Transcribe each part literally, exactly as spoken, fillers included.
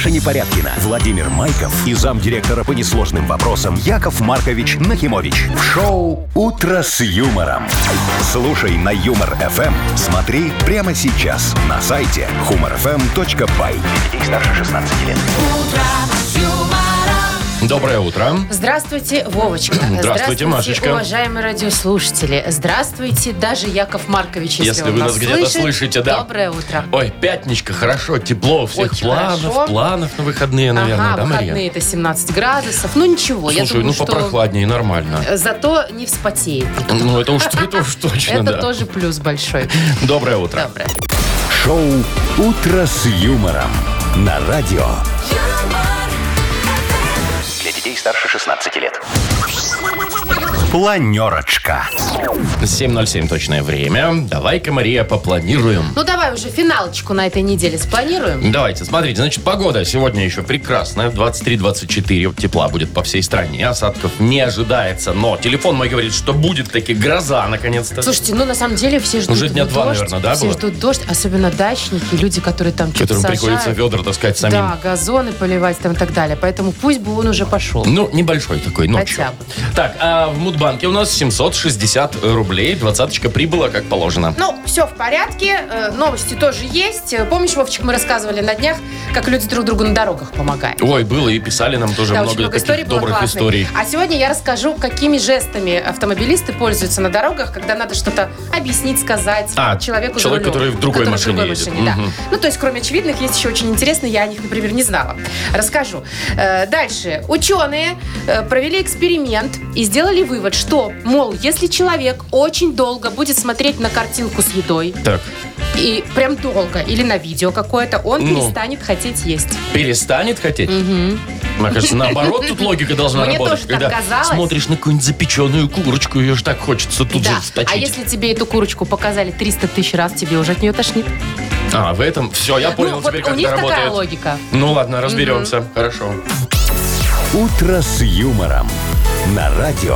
Маша Непорядкина, Владимир Майков и замдиректора по несложным вопросам Яков Маркович Нахимович. В шоу «Утро с юмором». Слушай на Юмор-эф эм, смотри прямо сейчас на сайте humor эф эм точка бай. Для детей старше шестнадцати лет. Доброе утро. Здравствуйте, Вовочка. Здравствуйте, Здравствуйте, Машечка. уважаемые радиослушатели. Здравствуйте, даже Яков Маркович, если, Если он вы нас где-то слышит. слышите, да. Доброе утро. Ой, пятничка, хорошо, тепло, у всех Очень планов, хорошо. планов на выходные, наверное, Ага, да, Мария? выходные это семнадцать градусов. Ну ничего, я Слушай, думаю, ну что попрохладнее, нормально. зато не вспотеет. Ну, это уж, это уж точно, Это да. тоже плюс большой. Доброе утро. Доброе. Шоу «Утро с юмором» на радио. Для детей старше шестнадцати лет. Планерочка. семь ноль семь точное время. Давай-ка, Мария, попланируем. Ну давай уже финалочку на этой неделе спланируем. Давайте, смотрите, значит, погода сегодня еще прекрасная. двадцать три - двадцать четыре тепла будет по всей стране. Осадков не ожидается. Но телефон мой говорит, что будет таки гроза, наконец-то. Слушайте, ну на самом деле все ждут Уже дня два, дождь. наверное, да, Все было? ждут дождь, особенно дачники, люди, которые там что-то Которым сажают. приходится ведра таскать самим. Да, газоны поливать там и так далее. Поэтому пусть бы он уже пошел. Ну, небольшой такой, ночью. Хотя бы. Так, а в Мудбанке у нас семьсот шестьдесят рублей. Двадцаточка прибыла, как положено. Ну, все в порядке. Э, Новости тоже есть. Э, Помнишь, Вовчик, мы рассказывали на днях, как люди друг другу на дорогах помогают? Ой, было и писали нам тоже Да, много, очень много таких историй было добрых классных. историй. А сегодня я расскажу, какими жестами автомобилисты пользуются на дорогах, когда надо что-то объяснить, сказать А, человеку за человек, рулем, который в другой который машине в другой едет. машине, да. Мгм. Ну, то есть, кроме очевидных, есть еще очень интересные, я о них, например, не знала. Расскажу. Э, Дальше. Ученые э, провели эксперимент и сделали вывод, что, мол, если человек очень долго будет смотреть на картинку с едой, Так, и прям долго, или на видео какое-то, он Ну. перестанет хотеть есть. перестанет хотеть? Мне кажется, наоборот, тут логика должна Мне работать. тоже так Когда казалось. смотришь на какую-нибудь запеченную курочку, ее же так хочется тут Да. же вточить. А если тебе эту курочку показали триста тысяч раз, тебе уже от нее тошнит? А, в этом все, я понял ну, вот теперь, у как них это такая работает. логика. Ну ладно, разберемся. Хорошо. «Утро с юмором» на радио.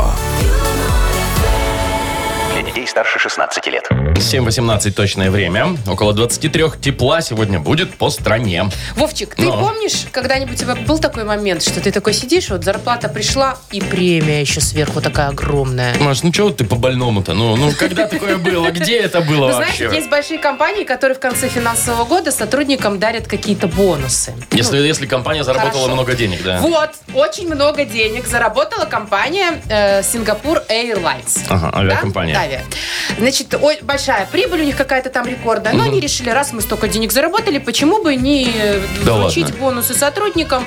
Для детей старше шестнадцати лет. семь восемнадцать точное время. Около двадцать три тепла сегодня будет по стране. Вовчик, ты Но. помнишь, когда-нибудь у тебя был такой момент, что ты такой сидишь, вот зарплата пришла, и премия еще сверху такая огромная? Маш, ну чего ты по-больному-то? Ну, ну когда такое было? Где это было Вы вообще? знаете, есть большие компании, которые в конце финансового года сотрудникам дарят какие-то бонусы. Если, Ну, если компания заработала хорошо. много денег, да. Вот, очень много денег заработала компания э, Singapore Airlines. Ага, авиакомпания. Да? Авиа. Значит, ой, большая прибыль у них какая-то там рекордная. Но они решили, раз мы столько денег заработали, почему бы не э, Да вручить ладно? бонусы сотрудникам.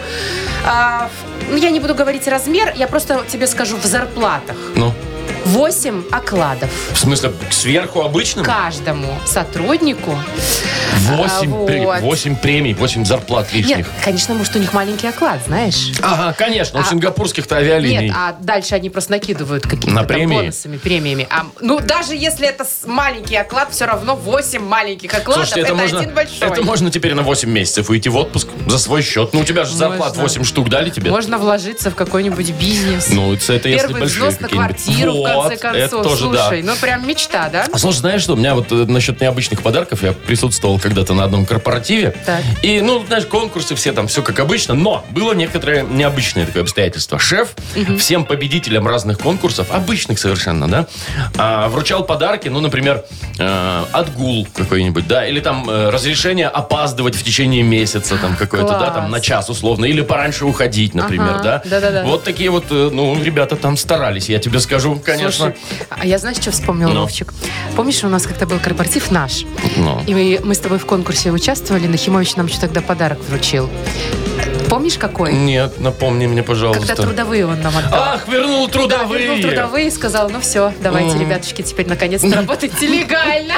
А, ну, я не буду говорить размер, я просто тебе скажу в зарплатах. Ну, восемь окладов в смысле, сверху обычным? каждому сотруднику. Восемь, А, пре- вот. восемь премий, восемь зарплат лишних. Нет, конечно, может, у них маленький оклад, знаешь. Ага, конечно, у А- сингапурских-то авиалиний. Нет, а дальше они просто накидывают какими-то На там премии? бонусами, премиями. А, ну, даже если это с- маленький оклад, все равно восемь маленьких окладов. Слушайте, это, это можно, один большой. это можно теперь на восемь месяцев уйти в отпуск за свой счет. Ну, у тебя же зарплат Можно. восемь штук дали тебе. Можно вложиться в какой-нибудь бизнес. Ну, это, это если Первый большие взнос на какие-нибудь. квартиру, в конце Вот, концов. это тоже, да. Слушай, ну прям мечта, да? А слушай, знаешь что, у меня вот э, насчет необычных подарков, я присутствовал когда-то на одном корпоративе. Так. И, ну, знаешь, конкурсы все там, все как обычно, но было некоторое необычное такое обстоятельство. Шеф всем победителям разных конкурсов, обычных совершенно, да, а, вручал подарки, ну, например, э, отгул какой-нибудь, да, или там э, разрешение опаздывать в течение месяца, там, какое-то, да, Класс. там, на час условно, или пораньше уходить, например, Ага, да. да-да-да. Вот такие вот, э, ну, ребята там старались, я тебе скажу, конечно. Слушай, а я знаешь, что вспомнила, Ну. Вовчик? Помнишь, у нас как-то был корпоратив наш? Ну. И мы, мы с тобой в конкурсе участвовали, Нахимович нам еще тогда подарок вручил. Помнишь, какой? Нет, напомни мне, пожалуйста. Когда трудовые он нам отдал. Ах, вернул Да, трудовые. вернул трудовые и сказал, ну все, давайте, М. ребятушки, теперь наконец-то работайте легально.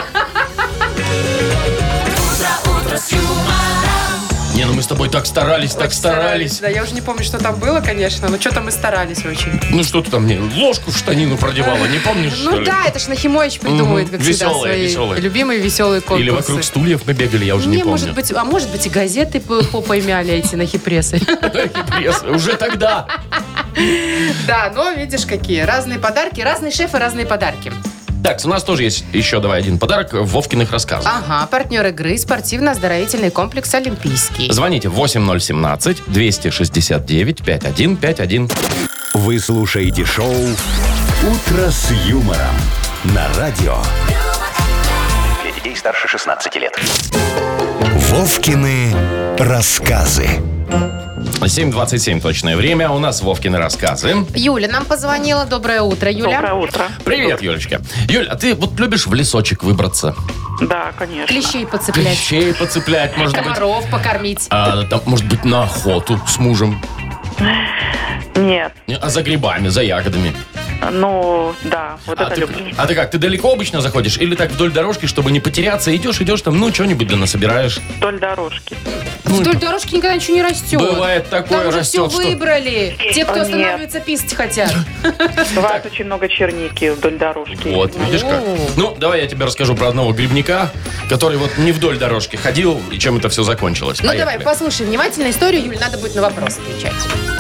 Не, ну мы с тобой так старались, так Очень старались. Да, я уже не помню, что там было, конечно, но что-то мы старались очень. Ну что ты там мне ложку в штанину продевала, не помнишь, что Ну ли? да, это ж Нахимович придумывает, Мгм. как всегда, Веселые, свои веселые. любимые веселые конкурсы. Или вокруг стульев мы бегали, я уже не, Не, помню. может быть, а может быть и газеты п- попой мяли эти нахипрессы. Пресс, уже тогда. Да, но видишь, какие разные подарки, разные шефы, разные подарки. Так, у нас тоже есть еще, давай, один подарок в Вовкиных рассказах. Ага, партнер игры спортивно-оздоровительный комплекс «Олимпийский». Звоните восемь ноль семнадцать двести шестьдесят девять пятьдесят один пятьдесят один. Вы слушаете шоу «Утро с юмором» на радио. Для детей старше шестнадцати лет. Вовкины рассказы. семь двадцать семь точное время. У нас Вовкины рассказы. Юля нам позвонила. Доброе утро, Юля. Доброе утро. Привет, Юлечка. Юль, а ты вот любишь в лесочек выбраться? Да, конечно. Клещей подцеплять. Клещей подцеплять, может быть. Комаров покормить. А, там, может быть, на охоту с мужем. Нет. А за грибами, за ягодами. Ну, да, вот А это ты, люблю. а ты как, ты далеко обычно заходишь? Или так вдоль дорожки, чтобы не потеряться, идешь, идешь там, ну, что-нибудь да насобираешь? Вдоль дорожки. Вдоль дорожки никогда ничего не растет. Бывает такое, Там уже растет, все что- выбрали. Те, кто Нет. останавливается, писать хотят. Бывает очень много черники вдоль дорожки. Вот, видишь как. О. Ну, давай я тебе расскажу про одного грибника, который вот не вдоль дорожки ходил, и чем это все закончилось. Ну Поехали. давай, послушай внимательно историю, Юль, надо будет на вопрос отвечать.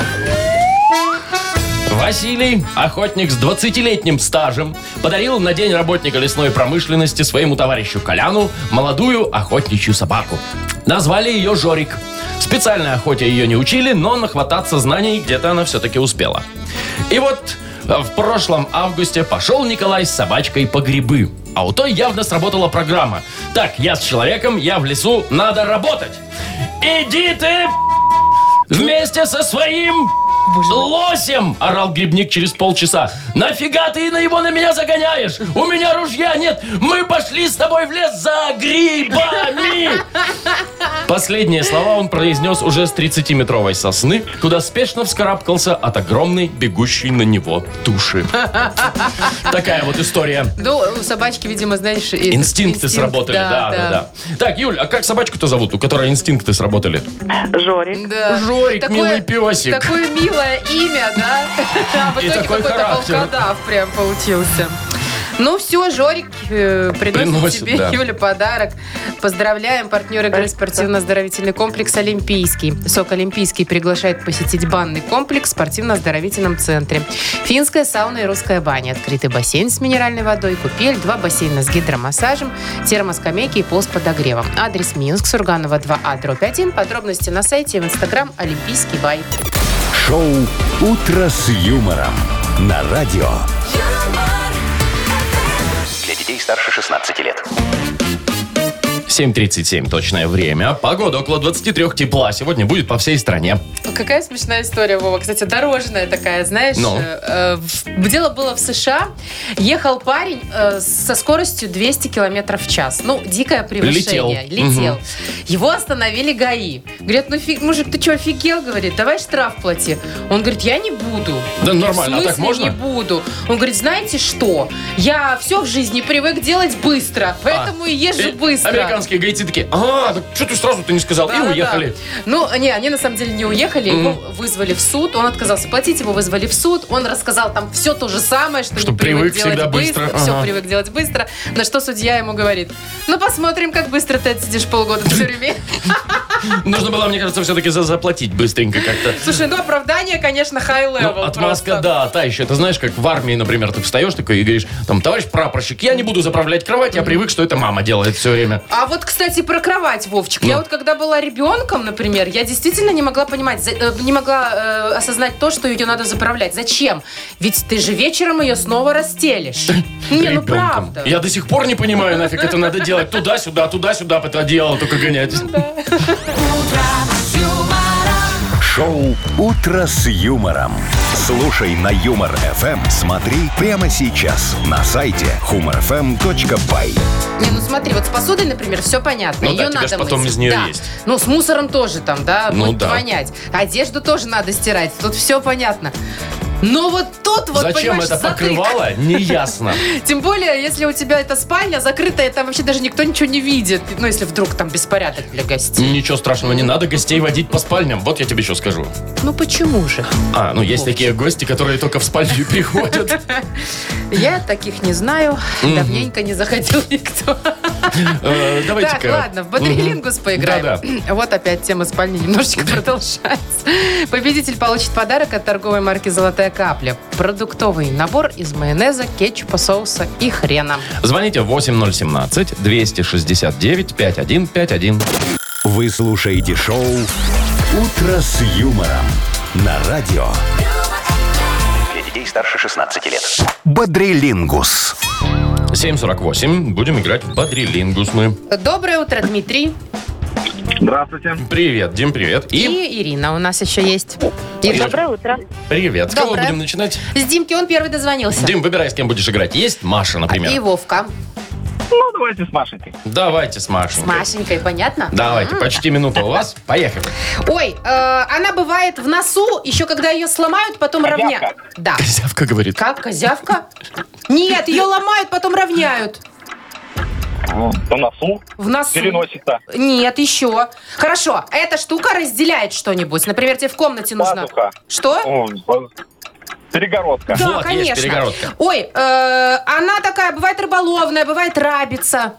Василий, охотник с двадцатилетним стажем, подарил на День работника лесной промышленности своему товарищу Коляну молодую охотничью собаку. Назвали ее Жорик. Специальной охоте ее не учили, но нахвататься знаний где-то она все-таки успела. И вот в прошлом августе пошел Николай с собачкой по грибы. А у той явно сработала программа. Так, я с человеком, я в лесу, надо работать. Иди ты вместе со своим лосем, орал грибник через полчаса. Нафига ты на его на меня загоняешь? У меня ружья нет. Мы пошли с тобой в лес за грибами. Последние слова он произнес уже с тридцатиметровой сосны, куда спешно вскарабкался от огромной бегущей на него туши. Такая вот история. Ну, у собачки, видимо, знаешь... этот Инстинкты инстинкт, сработали, да, да, да. Так, Юль, а как собачку-то зовут, у которой инстинкты сработали? Жорик. Да. Жорик, милый песик. Такое милое имя, да? А в И итоге такой какой-то характер. волкодав прям получился. Ну все, Жорик э, приносит, Приносит, тебе, да. Юля, подарок. Поздравляем, партнер игры спортивно-оздоровительный комплекс «Олимпийский». СОК «Олимпийский» приглашает посетить банный комплекс в спортивно-оздоровительном центре. Финская сауна и русская баня, открытый бассейн с минеральной водой, купель, два бассейна с гидромассажем, термоскамейки и пол с подогревом. Адрес Минск, Сурганова два А, дробь один. Подробности на сайте и в инстаграм «Олимпийский бай». Шоу «Утро с юмором» на радио. Для детей старше шестнадцати лет. семь тридцать семь точное время. Погода около двадцати трёх тепла. Сегодня будет по всей стране. Какая смешная история, Вова. Кстати, дорожная такая, знаешь. Ну. Э, э, в- дело было в США. Ехал парень э, со скоростью двести километров в час. Ну, дикое превышение. Летел. Летел. Его остановили ГАИ. Говорят, ну, фиг, мужик, ты что, офигел? Говорит, давай штраф плати. Он говорит, я не буду. Да Я, нормально, а в смысле так можно? не буду? Он говорит, знаете что? Я все в жизни привык делать быстро, поэтому и езжу И быстро. Американские гайцы такие, а, так что ты сразу-то не сказал? И Да-да-да. уехали. Ну, не, они на самом деле не уехали, его вызвали в суд, он отказался платить, его вызвали в суд, он рассказал там все то же самое, что, Что не привык, привык делать всегда быстро, быстро. все Ага. привык делать быстро, на что судья ему говорит, ну посмотрим, как быстро ты отсидишь полгода в тюрьме. Нужно было, мне кажется, все-таки за заплатить быстренько как-то. Слушай, ну оправдание, конечно, high level. Ну, отмазка, просто. да, та еще. Ты знаешь, как в армии, например, ты встаешь такой и говоришь, там, товарищ прапорщик, я не буду заправлять кровать, я привык, что это мама делает все время. А вот, кстати, про кровать, Вовчик. Я Ну. вот когда была ребенком, например, я действительно не могла понимать, за- э, не могла э, осознать то, что ее надо заправлять. Зачем? Ведь ты же вечером ее снова расстелишь. Не, ну Ребенком. правда. Я до сих пор не понимаю, нафиг это надо делать. Туда-сюда, туда-сюда, по это одеяло только гонять. Шоу «Утро с юмором». Слушай на Юмор эф эм. Смотри прямо сейчас на сайте humor эф эм точка бай. Не, ну смотри, вот с посудой, например, все понятно. Ну Ее да, тебе надо ж потом мыть. из нее Да. есть. Ну, с мусором тоже там, да, Ну будет да. вонять. Одежду тоже надо стирать. Тут все понятно. Но вот тут вот, Зачем понимаешь, это затык. покрывало, неясно. Тем более, если у тебя эта спальня закрытая, там вообще даже никто ничего не видит. Ну, если вдруг там беспорядок для гостей. Ничего страшного, не надо гостей водить по спальням. Вот я тебе еще скажу. Ну, почему же? А, ну есть такие гости, которые только в спальню и приходят. Я таких не знаю. Давненько не заходил никто. Э, Так, Давайте-ка. ладно, в Бодрилингус поиграем. Да-да. Вот опять тема спальни немножечко продолжается. Победитель получит подарок от торговой марки «Золотая капля». Продуктовый набор из майонеза, кетчупа, соуса и хрена. Звоните восемь ноль семнадцать двести шестьдесят девять пятьдесят один пятьдесят один. Вы слушаете шоу «Утро с юмором» на радио. Для детей старше шестнадцати лет. Бодрилингус. семь сорок восемь. Будем играть в Бодрилингус мы. Доброе утро, Дмитрий. Здравствуйте. Привет, Дим, привет. И, И Ирина у нас еще есть. Ирина. Доброе утро. привет. С кого Доброе. будем начинать? С Димки он первый дозвонился. Дим, выбирай, с кем будешь играть. Есть Маша, например? И Вовка. Ну, давайте с Машенькой. Давайте с Машей. С Машенькой, понятно? Давайте, почти минута у вас. Поехали. Ой, э, она бывает в носу, еще когда ее сломают, потом Козявка. равняют. Да. Козявка говорит. Как, козявка? Нет, ее ломают, потом равняют. На носу. В носу. Переносится. Нет, еще. Хорошо, эта штука разделяет что-нибудь. Например, тебе в комнате нужно... Пазуха. Что? О, перегородка. Да, Вот, есть конечно. перегородка. Ой, э, она такая, бывает рыболовная, бывает рабица.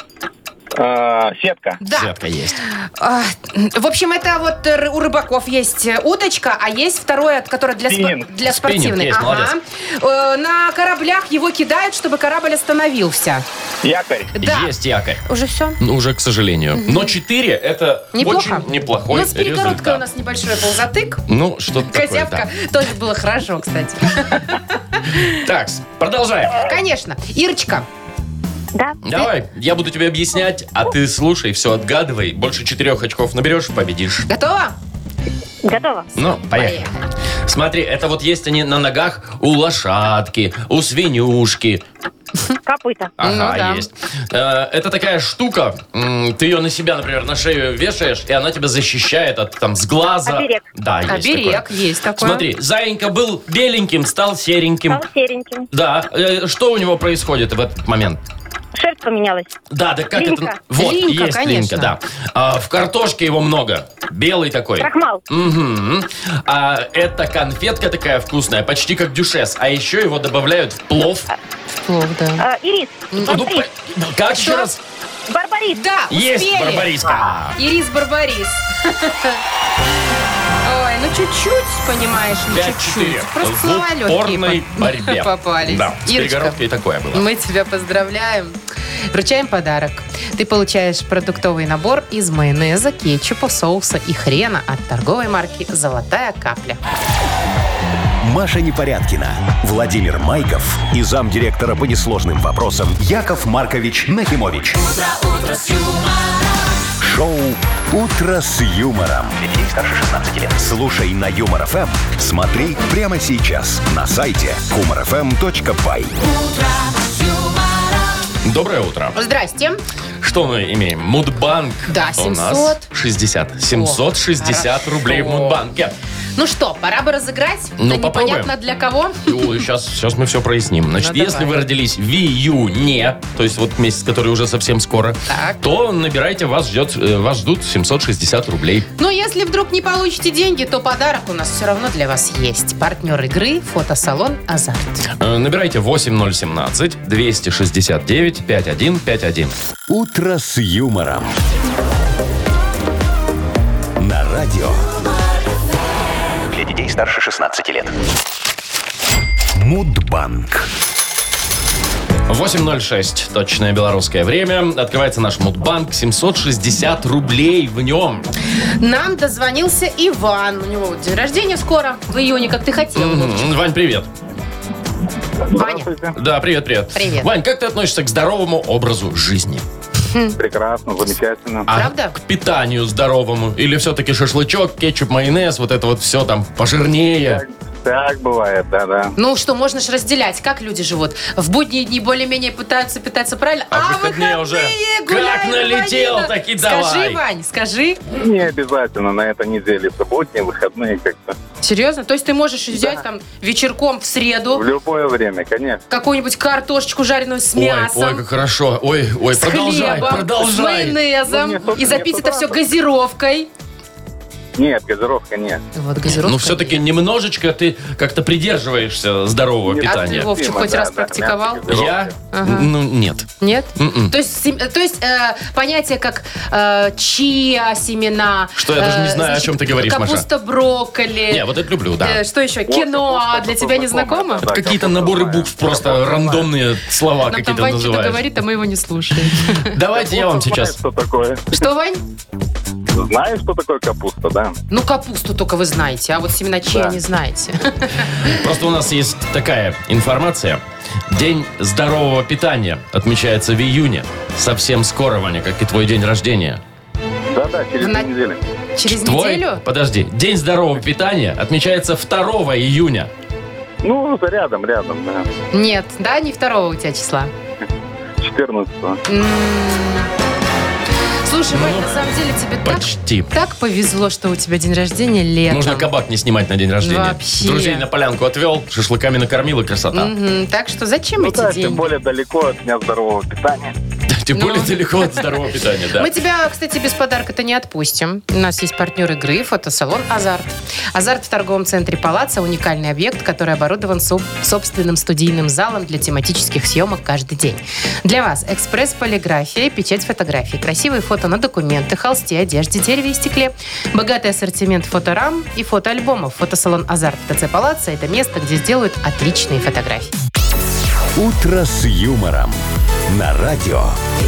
Э, сетка. Да. Сетка есть. А, в общем, это вот э, у рыбаков есть удочка, а есть второе, которое для, спо- Спиннинг. для Спиннинг спортивной. есть, молодец. Э, на кораблях его кидают, чтобы корабль остановился. Якорь. Да. Есть якорь. Уже все? Ну, уже, к сожалению. Но четыре это Неплохо. очень неплохой Ну, с перегородкой результат. у нас небольшой был затык. Ну, что-то такое, Козявка тоже было хорошо, кстати. да. Так, продолжаем. Конечно. Ирочка, Да. Давай, я буду тебе объяснять, а ты слушай, все отгадывай. Больше четырех очков наберешь, победишь. готова? Готово. Ну, поехали. Смотри, это вот есть они на ногах у лошадки, у свинюшки. Копыта. Ага, Ну да. есть. Э, Это такая штука, м, ты ее на себя, например, на шею вешаешь, и она тебя защищает от там сглаза. Оберег. Да, есть Оберег, такое. есть такое. Смотри, заинька был беленьким, стал сереньким. Стал сереньким. Да, э, что у него происходит в этот момент? Шерсть поменялась. Да, да как Линька. это? Вот, Линька, есть конечно. линька, да. А, в картошке его много. Белый такой. Крахмал. Мгм. А, это конфетка такая вкусная, почти как дюшес. А еще его добавляют в плов. Плов, да. Э, ирис. Ну, Барбарис. по- как еще Что? раз? Барбарис. Да, Есть успели. барбариска. Ирис Барбарис. Ой, ну чуть-чуть, понимаешь, ну пять-четыре. чуть-чуть. Просто В слова легкие упорной поп- борьбе. попались. Да, с Ирочка, перегородкой такое было. мы тебя поздравляем. Вручаем подарок. Ты получаешь продуктовый набор из майонеза, кетчупа, соуса и хрена от торговой марки «Золотая капля». Маша Непорядкина, Владимир Майков и замдиректора по несложным вопросам Яков Маркович Нахимович. Шоу «Утро с юмором». Для детей старше шестнадцати лет. Слушай на Юмор ФМ, смотри прямо сейчас на сайте humor f m точка by. Доброе утро. Здрасте. Что мы имеем? Мудбанк. Да, У нас семьсот. шестьдесят. семьсот шестьдесят хорошо. рублей в Мудбанке. Ну что, пора бы разыграть? Ну, Да попробуем. непонятно для кого. Сейчас, сейчас мы все проясним. Значит, Ну, если давай. вы родились в июне, то есть вот месяц, который уже совсем скоро, Так. то набирайте, вас, ждет, э, вас ждут семьсот шестьдесят рублей. Но если вдруг не получите деньги, то подарок у нас все равно для вас есть. Партнер игры – фотосалон «Азарт». Э, Набирайте восемь ноль семнадцать двести шестьдесят девять пятьдесят один пятьдесят один. «Утро с юмором». На радио Для детей старше шестнадцати лет. Мудбанк. восемь ноль шесть. Точное белорусское время. Открывается наш Мудбанк. семьсот шестьдесят рублей в нем. Нам дозвонился Иван. У него вот день рождения скоро, в июне, как ты хотел. Вовчик. М, Вань, привет. Ваня. Да, привет, привет. Привет. Вань, как ты относишься к здоровому образу жизни? Прекрасно, замечательно. А Правда? к питанию здоровому? Или все-таки шашлычок, кетчуп, майонез, вот это вот все там пожирнее? Так бывает, да-да. Ну что, можно ж разделять, как люди живут. В будние дни более-менее пытаются питаться правильно, А в а, выходные уже гуляем, как налетел, Ванина. так и Скажи, давай. Вань, скажи. Не обязательно на этой неделе, субботние, выходные как-то. Серьезно? То есть ты можешь взять там вечерком в В среду любое время, конечно. какую-нибудь картошечку жареную с Ой, мясом, ой, как хорошо. Ой, ой, с продолжай, хлебом, с продолжай. майонезом Ну, не, и запить не это все туда. газировкой. Нет, газировка нет. Вот газировка. Ну, все-таки немножечко ты как-то придерживаешься здорового Нет. А ты, питания. Вовчик, Дима, хоть да, раз да, практиковал? мясо, газировка. Я? Ага. Ну, нет. Нет? М-м. То есть, сем- то есть э, понятие как э, чиа, семена. Что, я даже не э, знаю, о значит, чем ты говоришь, Маша. Капуста, брокколи. Не, вот это люблю, да. Э, что еще? Вот, Киноа. капуста, Для капуста тебя не знакомая, знакомо? да. Какие-то капуста наборы знаю. букв, просто Капуста рандомные слова Нам там какие-то Вань что-то называешь. говорит, а мы его не слушаем. Давайте я вам Капуста сейчас... знает, что такое. Что, Вань? Знаешь, что такое капуста, да? Ну, капусту только вы знаете, а вот семена чиа Да. не знаете. Просто у нас есть такая информация. День здорового питания отмечается в июне. Совсем скоро, Ваня, как и твой день рождения. Да-да, через На- две недели. Через Твой? неделю? Подожди. День здорового питания отмечается второго июня. Ну, за рядом, рядом, да. Нет, да, не второго у тебя числа. четырнадцатого. М. Слушай, Вань, на самом деле тебе так, Почти. так повезло, что у тебя день рождения летом. Можно кабак не снимать на день рождения. Вообще. Друзей на полянку отвел, шашлыками накормил, и красота. Мгм, так что зачем Ну эти да, деньги? тем более далеко от дня здорового питания. Тем Ну. более далеко от здорового питания, да. Мы тебя, кстати, без подарка-то не отпустим. У нас есть партнер игры, фотосалон «Азарт». «Азарт» в торговом центре «Палаца» – уникальный объект, который оборудован соб- собственным студийным залом для тематических съемок каждый день. Для вас экспресс-полиграфия, печать фотографий, красивые фото на документы, холсте, одежде, дереве и стекле, богатый ассортимент фоторам и фотоальбомов. Фотосалон «Азарт» в ТЦ «Палаца» – это место, где сделают отличные фотографии. «Утро с юмором» на радио.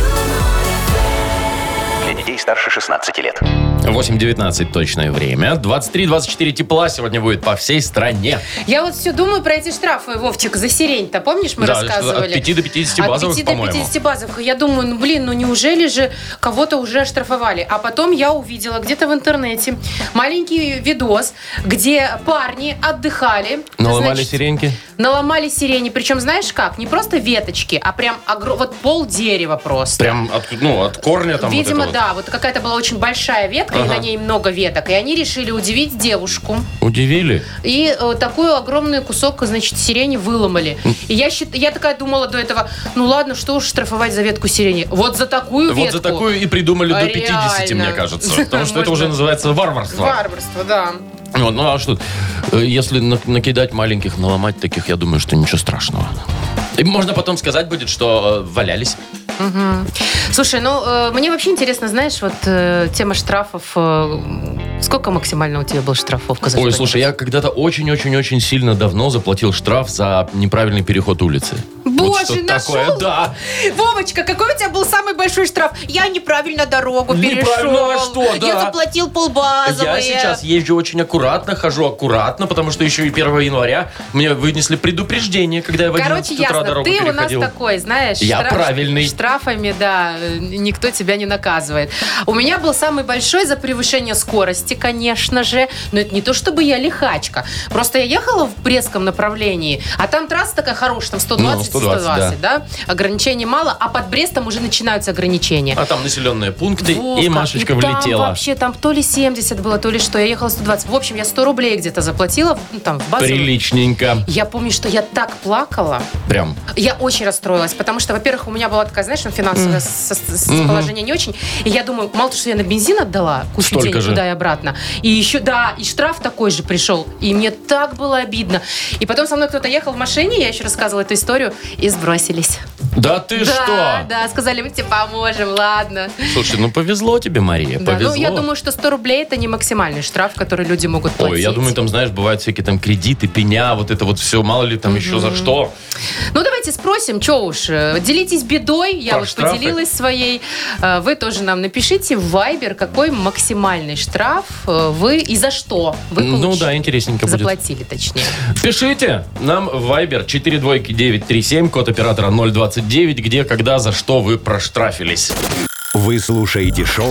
Для детей старше шестнадцати лет. восемь девятнадцать точное время. двадцать три двадцать четыре тепла сегодня будет по всей стране. Я вот все думаю про эти штрафы, Вовчик, за сирень-то. Помнишь, мы Да, рассказывали? от пяти до пятидесяти базовых, От пяти до по-моему. пятидесяти базовых. И я думаю, ну, блин, ну неужели же кого-то уже оштрафовали? А потом я увидела где-то в интернете маленький видос, где парни отдыхали. Наломали значит, сиреньки? Наломали сирени. Причем, знаешь как? Не просто веточки, а прям огро- вот пол дерева просто. Прям от, ну, от корня там Видимо, вот это да. Вот какая-то была очень большая ветка, и Ага. на ней много веток. И они решили удивить девушку. вот. Удивили? И э, такой огромный кусок, значит, сирени выломали. И я, счит... я такая думала до этого, ну ладно, что уж штрафовать за ветку сирени. Вот за такую ветку. Вот за такую и придумали А до пятидесяти, реально. мне кажется. Потому что это Можно. уже называется варварство. Варварство, да. Вот, ну а что, э, если на- накидать маленьких, наломать таких, я думаю, что ничего страшного. И можно потом сказать будет, что э, валялись. Слушай, ну, э, мне вообще интересно, знаешь, вот э, тема штрафов. э, сколько максимально у тебя был штрафовка за Ой, что-нибудь? слушай, я когда-то очень-очень-очень сильно давно заплатил штраф за неправильный переход улицы. Боже, вот что нашел? такое, да. Вовочка, какой у тебя был самый большой штраф? Я неправильно дорогу Неправильно, перешел. а что, да. Я заплатил полбазовые. Я сейчас езжу очень аккуратно, хожу аккуратно, потому что еще и первого января мне вынесли предупреждение, когда я в Короче, одиннадцать утра ясно, дорогу ты у нас переходил. такой, знаешь, Я правильный. штрафами, да, э, никто тебя не наказывает. У меня был самый большой за превышение скорости, конечно же, но это не то, чтобы я лихачка. Просто я ехала в Брестском направлении, а там трасса такая хорошая, там сто двадцать, Ну, сто двадцать, сто двадцать, да. Ограничений мало, а под Брестом уже начинаются ограничения. А там населенные пункты, Вовка, и Машечка и влетела. Там вообще там то ли семьдесят было, то ли что. Я ехала сто двадцать. В общем, я сто рублей где-то заплатила, ну, там, в базовом. Приличненько. Я помню, что я так плакала. Прям. Я очень расстроилась, потому что, во-первых, у меня была такая, знаешь, финансовое со- со- положение не очень. И я думаю, мало того, что я на бензин отдала, кучу Столько денег же. туда и обратно. И еще, да, и штраф такой же пришел. И мне так было обидно. И потом со мной кто-то ехал в машине, я еще рассказывала эту историю, и сбросились. Да ты да, что? да, сказали, мы тебе поможем, ладно. Слушай, ну повезло тебе, Мария, Да, повезло. ну, я думаю, что сто рублей это не максимальный штраф, который люди могут платить. Ой, я думаю, там, знаешь, бывают всякие там кредиты, пеня, вот это вот все, мало ли там еще за что. Ну, давайте спросим, что уж, э, делитесь бедой, я Про вот штрафы. поделилась своей. Э, Вы тоже нам напишите в Viber, какой максимальный штраф э, вы и за что вы Ну получили. да, интересненько будет. Заплатили, точнее. Пишите нам в Viber четыре двойки девять три семь, код оператора ноль двадцать девять, где, когда, за что вы проштрафились. Вы слушаете шоу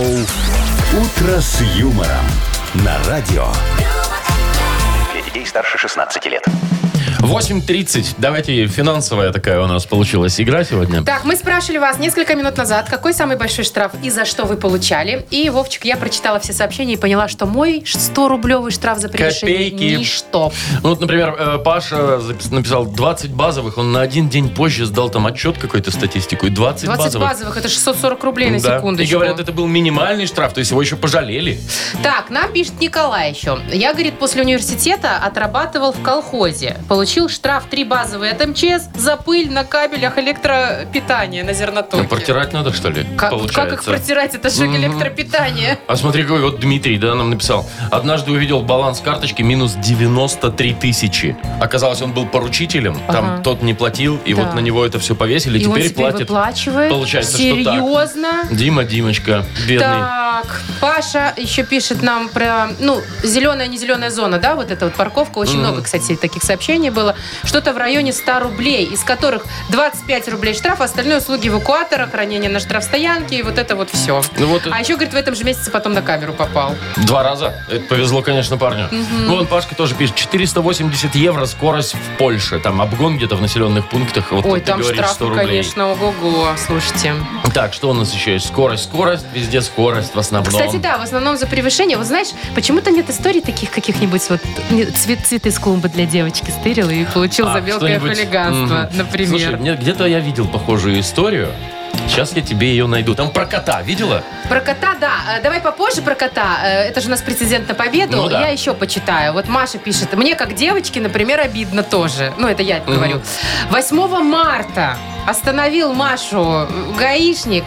«Утро с юмором» на радио. Для детей старше шестнадцати лет. восемь тридцать. Давайте финансовая такая у нас получилась игра сегодня. Так, мы спрашивали вас несколько минут назад, какой самый большой штраф и за что вы получали. И, Вовчик, я прочитала все сообщения и поняла, что мой сто-рублевый штраф за превышение Копейки. ничто. Ну, вот, например, э, Паша запис- написал двадцать базовых. Он на один день позже сдал там отчет какой-то, статистику. И двадцать, двадцать базовых. базовых, это шестьсот сорок рублей на Да. секундочку. И говорят, это был минимальный штраф, то есть его еще пожалели. Так, нам пишет Николай еще. Я, говорит, после университета отрабатывал в колхозе. Получил штраф три базовые от эм че эс за пыль на кабелях электропитания на зернотоке. Ну, протирать надо, что ли, Как, получается? как их протирать? Это же Мгм. электропитание. А смотри, какой вот Дмитрий, да, нам написал. Однажды увидел баланс карточки минус девяносто три тысячи. Оказалось, он был поручителем, там Ага. тот не платил, и Да. вот на него это все повесили, И он теперь теперь платит. выплачивает? Получается, что так. Серьезно? Дима, Димочка, бедный. Так, Паша еще пишет нам про, ну, зеленая, не зеленая зона, да, вот эта вот парковка. Очень Мгм. много, кстати, таких сообщений было. Что-то в районе ста рублей, из которых двадцать пять рублей штраф, остальные услуги эвакуатора, хранение на штрафстоянке и вот это вот все. Ну вот А еще, говорит, в этом же месяце потом на камеру попал. два раза. Это повезло, конечно, парню. Вон Пашка тоже пишет. четыреста восемьдесят евро скорость в Польше. Там обгон где-то в населенных пунктах. Вот Ой, ты там говоришь, штрафы, сто рублей. конечно, ого-го. Слушайте. Так, что у нас еще есть? Скорость, скорость, везде скорость в основном. Кстати, да, в основном за превышение. Вот знаешь, почему-то нет историй таких каких-нибудь вот не- цвет, цветы с клумбы для девочки стырил и получил А, за мелкое что-нибудь? хулиганство, Мгм. например. Слушай, мне где-то я видел похожую историю. Сейчас я тебе ее найду. Там про кота видела? Про кота, да. Э, Давай попозже про кота. Э, Это же у нас прецедент на победу. Ну да. Я еще почитаю. Вот Маша пишет. Мне, как девочке, например, обидно тоже. Ну, это я говорю. восьмого марта остановил Машу гаишник.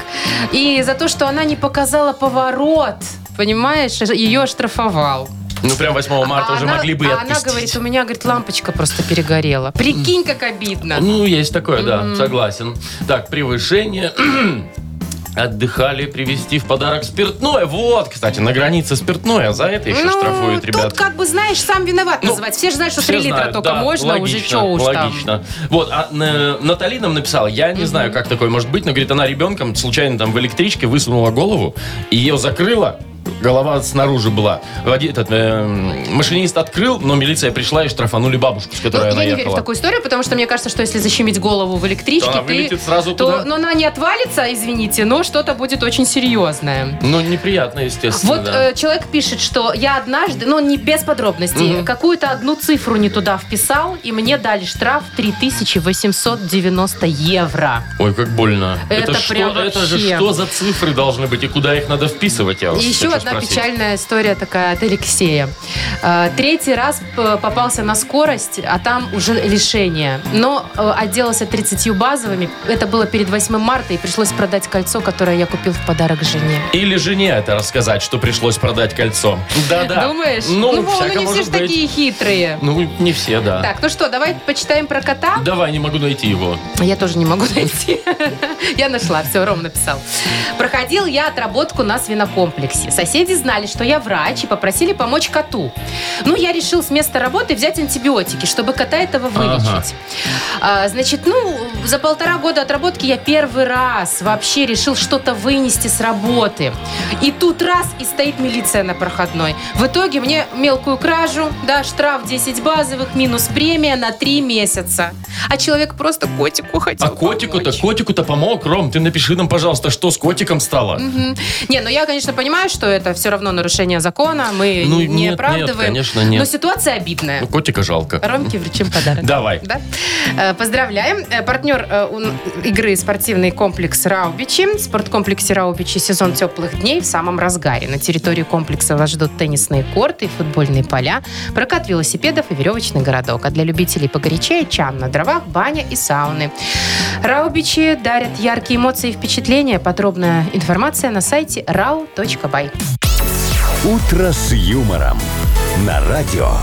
И за то, что она не показала поворот, понимаешь, ее оштрафовал. Ну, прям восьмого марта А уже она- могли бы и а она отпустить. говорит, у меня, говорит, лампочка просто перегорела. Прикинь, как обидно. Ну, есть такое, да, согласен. Так, превышение. Отдыхали, привезти в подарок спиртное. Вот, кстати, на границе спиртное. За это еще Ну, штрафуют, ребят. тут, как бы, знаешь, сам виноват Ну, называть. Все же знают, что Все три литра знают, только да, можно, логично, уже что уж там. логично. Вот, а э, Натали нам написала, я не знаю, как такое может быть, но, говорит, она ребенком случайно там в электричке высунула голову, и ее закрыла, голова снаружи была. Води- Этот, э, машинист открыл, но милиция пришла и штрафанули бабушку, с Ну, которой я она не верю в ехала. такую историю, потому что мне кажется, что если защемить голову в электричке, То она ты, вылетит сразу то, туда? ну, она не отвалится, извините, но что-то будет очень серьезное. Ну, неприятно, естественно, Вот да. э, человек пишет, что я однажды, ну не без подробностей, Мгм. какую-то одну цифру не туда вписал, и мне дали штраф три тысячи восемьсот девяносто евро. Ой, как больно. Это что, прям это же вообще. что за цифры должны быть и куда их надо вписывать, я вас И еще хочу одна спросить. печальная история такая от Алексея. Э, Третий раз п- попался на скорость, а там уже лишение. Но э, отделался тридцатью базовыми. Это было перед восьмым марта, и пришлось продать кольцо, которое я купил в подарок жене. Или жене это рассказать, что пришлось продать кольцо. Да-да. Думаешь? Ну, ну, Вова, всяко ну не все может же быть. такие хитрые. Ну, не все, да. Так, ну что, давай почитаем про кота. Давай, не могу найти его. Я тоже не могу найти. Я нашла, все, Ром написал. Проходил я отработку на свинокомплексе. Соседи знали, что я врач, и попросили помочь коту. Ну, я решил с места работы взять антибиотики, чтобы кота этого вылечить. А, значит, ну, за полтора года отработки я первый раз вообще решил что-то вынести с работы. И тут раз, и стоит милиция на проходной. В итоге мне мелкую кражу, да, штраф десять базовых, минус премия на три месяца. А человек просто котику хотел А котику-то, помочь. котику-то помог, Ром, ты напиши нам, пожалуйста, что с котиком стало. Мгм. Не, ну я, конечно, понимаю, что это все равно нарушение закона, мы Ну, не нет, нет, оправдываем. конечно, нет. Но ситуация обидная. Ну, котика жалко. Ромке вручим подарок. Давай. Да? Э, Поздравляем. Э, Партнер э, у- игры спортивный комплекс Раубичи. В спорткомплексе Раубичи сезон теплых дней в самом разгаре. На территории комплекса вас ждут теннисные корты и футбольные поля, прокат велосипедов и веревочный городок. А для любителей погорячее чан на дровах, баня и сауны. Раубичи дарят яркие эмоции и впечатления. Подробная информация на сайте рау точка бай. «Утро с юмором» на радио.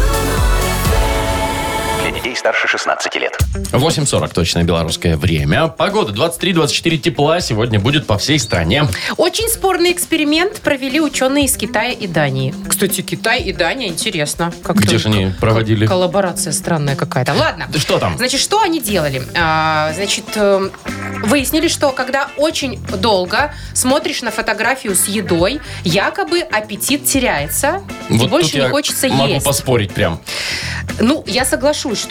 Для детей старше шестнадцати лет. восемь сорок точное белорусское время. Погода двадцать три двадцать четыре тепла сегодня будет по всей стране. Очень спорный эксперимент провели ученые из Китая и Дании. Кстати, Китай и Дания, интересно. Как Где же они проводили? Коллаборация странная какая-то. Ладно. Да что там? Значит, что они делали? А, значит, э, выяснили, что когда очень долго смотришь на фотографию с едой, якобы аппетит теряется, и Вот больше тут не я хочется могу есть. поспорить прям. Ну, я соглашусь, что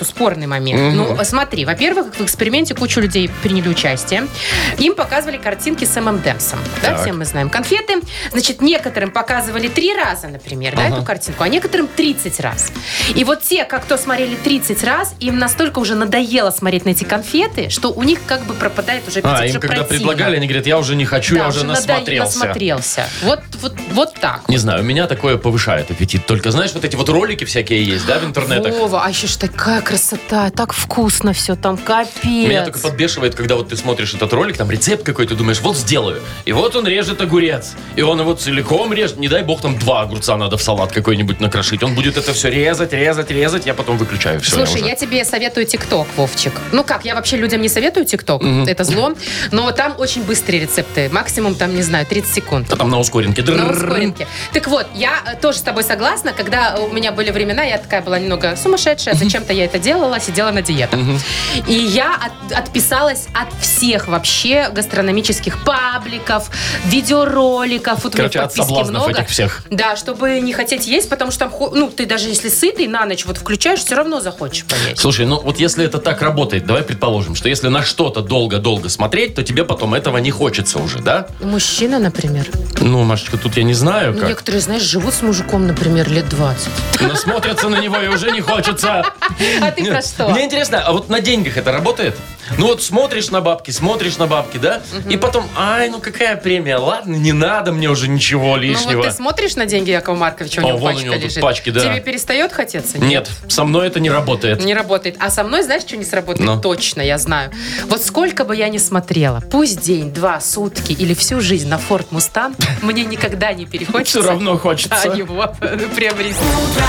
что спорный момент. Ну, смотри, во-первых, в эксперименте кучу людей приняли участие. Им показывали картинки с эм эм дэмсом. Да, все мы знаем конфеты. Значит, некоторым показывали три раза, например, да, эту картинку, а некоторым тридцать раз. И вот те, как кто смотрели тридцать раз, им настолько уже надоело смотреть на эти конфеты, что у них как бы пропадает уже аппетит. А, им уже когда противно. предлагали, они говорят, я уже не хочу, Да, я уже надо- насмотрелся. насмотрелся. Вот, вот, вот так. Не знаю, у меня такое повышает аппетит. Только, знаешь, вот эти вот ролики всякие есть, да, в интернетах? Вова, а еще ж такая красота, так вкусно все, там капец. Меня только подбешивает, когда вот ты смотришь этот ролик, там рецепт какой-то, думаешь, вот сделаю. И вот он режет огурец. И он его целиком режет. Не дай бог, там два огурца надо в салат какой-нибудь накрошить. Он будет это все резать, резать, резать. Я потом выключаю все. Слушай, я, я тебе советую ТикТок, Вовчик. Ну как, я вообще людям не советую ТикТок, это зло. Но там очень быстрые рецепты. Максимум, там, не знаю, тридцать секунд. А там на ускоренке. На ускоренке. Так вот, я э, тоже с тобой согласна. Когда у меня были времена, я такая была немного сумасшедшая. Зачем-то я это делала, сидела на диетах. И я от- отписалась от всех вообще гастрономических пабликов, видеороликов. Вот у меня Короче, от подписки соблазнов много. этих всех. Да, чтобы не хотеть есть, потому что там, хо- ну, ты даже если сытый на ночь вот включаешь, все равно захочешь поесть. Слушай, ну вот если это так работает, давай предположим, что если на что-то долго-долго смотреть, то тебе потом этого не хочется уже, да? Мужчина, например. Ну, Машечка, тут я не знаю, Ну, как. некоторые, знаешь, живут с мужиком, например, лет двадцать. Но смотрятся на него и уже не хочется. А ты про что? Мне интересно, а вот на деньгах это работает? Ну вот смотришь на бабки, смотришь на бабки, да? И потом, ай, ну какая премия? Ладно, не надо мне уже ничего Ну лишнего. вот ты смотришь на деньги Якова Марковича, у О, него вон у пачка него тут лежит. пачки, да. Тебе перестает хотеться? Нет, со мной это не работает. Не работает. А со мной, знаешь, что не сработает? Ну. Точно, я знаю. Вот сколько бы я ни смотрела, пусть день, два, сутки или всю жизнь на Ford Mustang, мне никогда не перехочется. Все равно хочется. Да, его приобрести.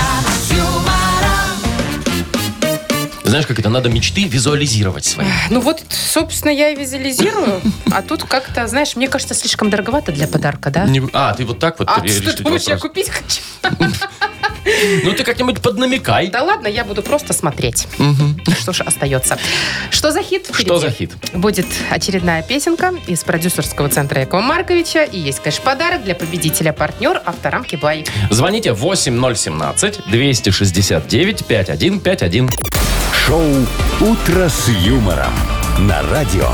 Знаешь, как это? Надо мечты визуализировать свои. Ну вот, собственно, я и визуализирую. А тут как-то, знаешь, мне кажется, слишком дороговато для подарка, да? Не- А, ты вот так вот А решишь ты этот думаешь, я вопрос? купить хочу? Ну ты как-нибудь поднамекай. Да ладно, я буду просто смотреть. Что ж остается. Что за хит впереди? Что за хит? Будет очередная песенка из продюсерского центра Якова Марковича. И есть, конечно, подарок для победителя. Партнер Авторамки Бай. Звоните восемь ноль семнадцать двести шестьдесят девять пятьдесят один пятьдесят один. Шоу «Утро с юмором» на радио.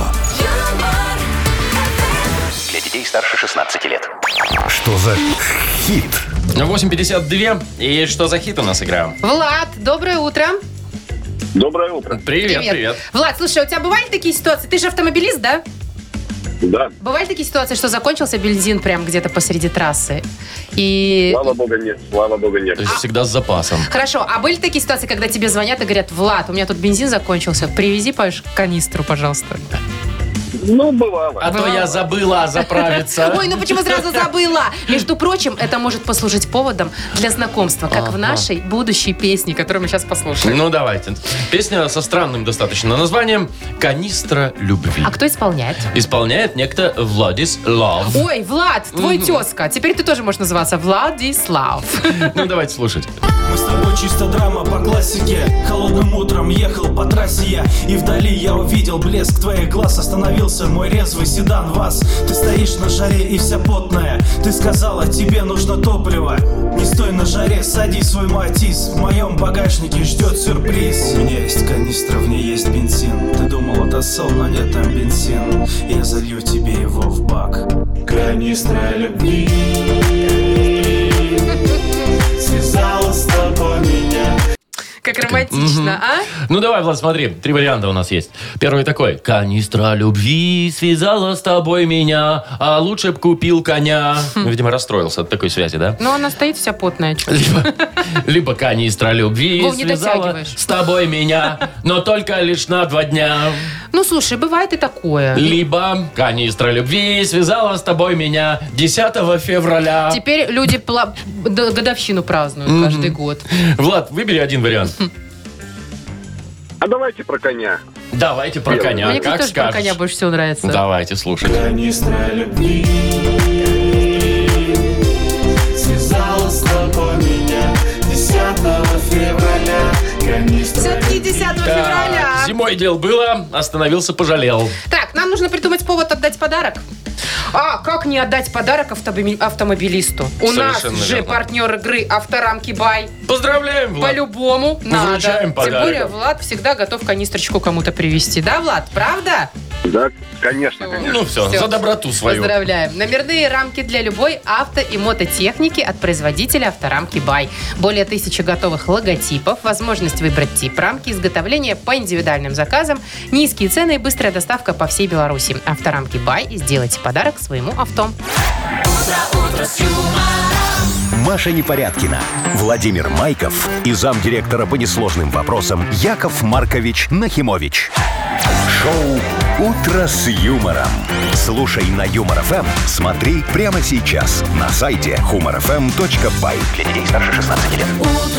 Для детей старше шестнадцати лет. Что за хит? восемь пятьдесят два. И что за хит у нас играем? Влад, доброе утро. Доброе утро. Привет, привет. Влад, слушай, у тебя бывали такие ситуации? Ты же автомобилист, да? Да, Бывали такие ситуации, что закончился бензин прям где-то посреди трассы? И... слава богу, нет. Слава богу, нет. То есть всегда с запасом. Хорошо, а были такие ситуации, когда тебе звонят и говорят: Влад, у меня тут бензин закончился, привези, пожалуйста, канистру, пожалуйста. Ну, бывало. А то я забыла заправиться. Ой, ну почему сразу забыла? Между прочим, это может послужить поводом для знакомства, как в нашей будущей песне, которую мы сейчас послушаем. Ну, давайте. Песня со странным достаточно названием «Канистра любви». А кто исполняет? Исполняет некто Владис Лав. Ой, Влад, твой тезка. Теперь ты тоже можешь называться Владислав. Ну, давайте слушать. Мы с тобой чисто драма по классике. Холодным утром ехал по трассе я, и вдали я увидел блеск твоих глаз. Остановился мой резвый седан ВАЗ. Ты стоишь на жаре и вся потная. Ты сказала, тебе нужно топливо. Не стой на жаре, сади свой Матис. В моем багажнике ждет сюрприз. У меня есть канистра, в ней есть бензин. Ты думал, это сол, но нет, там бензин. Я залью тебе его в бак. Канистра любви связала с тобой меня. Как романтично, а? Ну, давай, Влад, смотри. Три варианта у нас есть. Первый такой. «Канистра любви связала с тобой меня, а лучше б купил коня». Ну, видимо, расстроился от такой связи, да? Ну, она стоит вся потная. чё. Либо, либо «Канистра любви Вов, не связала дотягиваешь. с тобой меня, но только лишь на два дня». Ну, слушай, бывает и такое. Либо «Канистра любви связала с тобой меня десятого февраля». Теперь люди пла- д- годовщину празднуют каждый год. Влад, выбери один вариант. А давайте про коня. Давайте про коня. Мне, кстати, Как тоже про скажешь. коня больше всего нравится. Давайте слушать. Канистра любви связала с тобой меня десятого февраля. Канистра Все-таки десятого Так, февраля. зимой дел было, остановился, пожалел. Так, нам нужно придумать повод отдать подарок. А как не отдать подарок автомоби- автомобилисту? У нас Совершенно же верно. партнер игры «Авторамки Бай». Поздравляем, Влад. По-любому надо. Вручаем Тем подарок. более Влад всегда готов канистрочку кому-то привезти. Да, Влад? Правда? Да, конечно, конечно. Ну все, Всё. за доброту свою. Поздравляем. Номерные рамки для любой авто и мототехники от производителя «Авторамки Бай». Более тысячи готовых логотипов, возможность выбрать тип рамки, изготовление по индивидуальным заказам, низкие цены и быстрая доставка по всей Беларуси. «Авторамки Бай» и сделайте подарок своему авто. Маша Непорядкина, Владимир Майков и замдиректора по несложным вопросам Яков Маркович Нахимович. Шоу «Утро с юмором». Слушай на Юмор ФМ, смотри прямо сейчас на сайте humor эф эм точка бай. Для детей старше шестнадцати лет.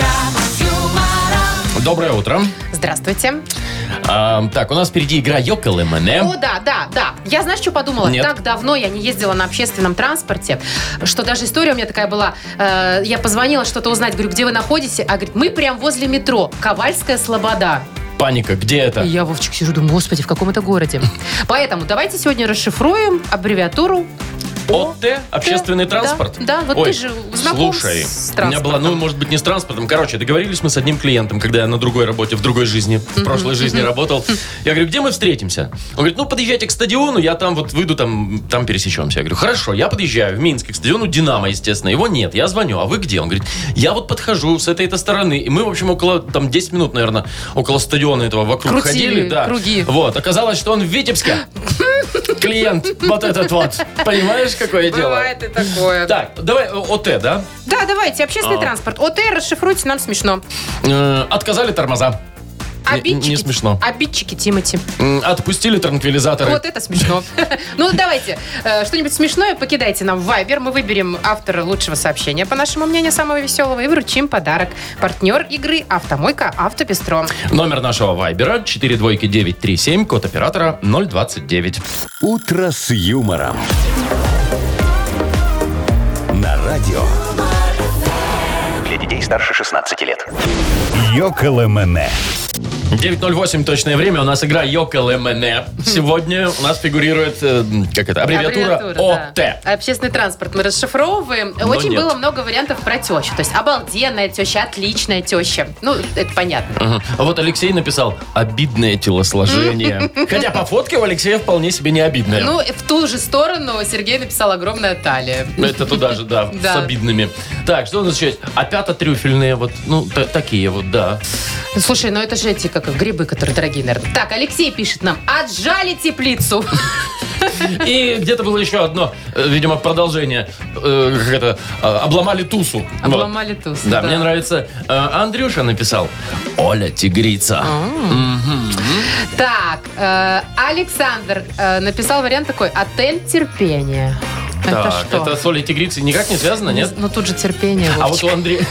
Доброе утро. Здравствуйте. А, так, у нас впереди игра Йоколэ Мэне. О, да, да, да. Я, знаешь, что подумала? Нет. Так давно я не ездила на общественном транспорте, что даже история у меня такая была. Э, я позвонила что-то узнать, говорю, где вы находитесь? А говорит, мы прям возле метро. Ковальская Слобода. Паника, где это? И я, Вовчик, сижу, думаю, господи, в каком это городе? Поэтому давайте сегодня расшифруем аббревиатуру ОТ, общественный Да, транспорт. Да, вот Ой, ты же знаком слушай, с у меня была, ну, может быть, не с транспортом. Короче, договорились мы с одним клиентом, когда я на другой работе, в другой жизни, в прошлой жизни работал. Я говорю, где мы встретимся? Он говорит, ну, подъезжайте к стадиону, я там вот выйду, там, там пересечемся. Я говорю, хорошо, я подъезжаю в Минск к стадиону «Динамо», естественно. Его нет, я звоню, а вы где? Он говорит, я вот подхожу с этой-то стороны. И мы, в общем, около, там, десять минут, наверное, около стадиона этого вокруг Крутили ходили. Да. круги. Вот, оказалось, что он в Витебске. Клиент вот этот вот. Понимаешь, какое дело? Бывает и такое. Так, давай ОТ, да? Да, давайте, общественный А. транспорт. ОТ расшифруйте, нам смешно. Э, Отказали тормоза. Не- Обидчики. Не смешно. Обидчики Тимати. М, Отпустили транквилизаторы. Вот это смешно. Ну, давайте, э, что-нибудь смешное покидайте нам в Viber. Мы выберем автора лучшего сообщения, по нашему мнению, самого веселого, и вручим подарок. Партнер игры «Автомойка Автобестро». Номер нашего вайбера четыре двойки девять три семь, код оператора ноль двадцать девять. «Утро с юмором». На радио Для детей старше шестнадцати лет. Йоколэ Мэне. девять ноль восемь точное время. У нас игра Йоколэ Мэне. Сегодня у нас фигурирует, э, как это, аббревиатура, ОТ. да. Общественный транспорт мы расшифровываем. Но Очень нет. было много вариантов про тещу. То есть обалденная теща, отличная теща. Ну, это понятно. Ага. А вот Алексей написал «обидное телосложение». Хотя по фотке у Алексея вполне себе не обидное. Ну, в ту же сторону Сергей написал «огромная талия». Это туда же, да, Да. с обидными. Так, что у нас еще есть? Опята трюфельные, вот, ну, та- такие вот, да. Слушай, ну это же эти, как грибы, которые дорогие, наверное. Так, Алексей пишет нам, отжали теплицу. И где-то было еще одно, э, видимо, продолжение. Э, Как это? э, Обломали тусу. Вот. Обломали туз. Да, мне нравится. э, Андрюша написал «Оля тигрица». Так, э, Александр э, написал вариант такой, отель терпения. Это Так, что? это с Олей тигрицей никак не связано, нет? Ну тут же терпение. А вот Вовчик. у Андрея...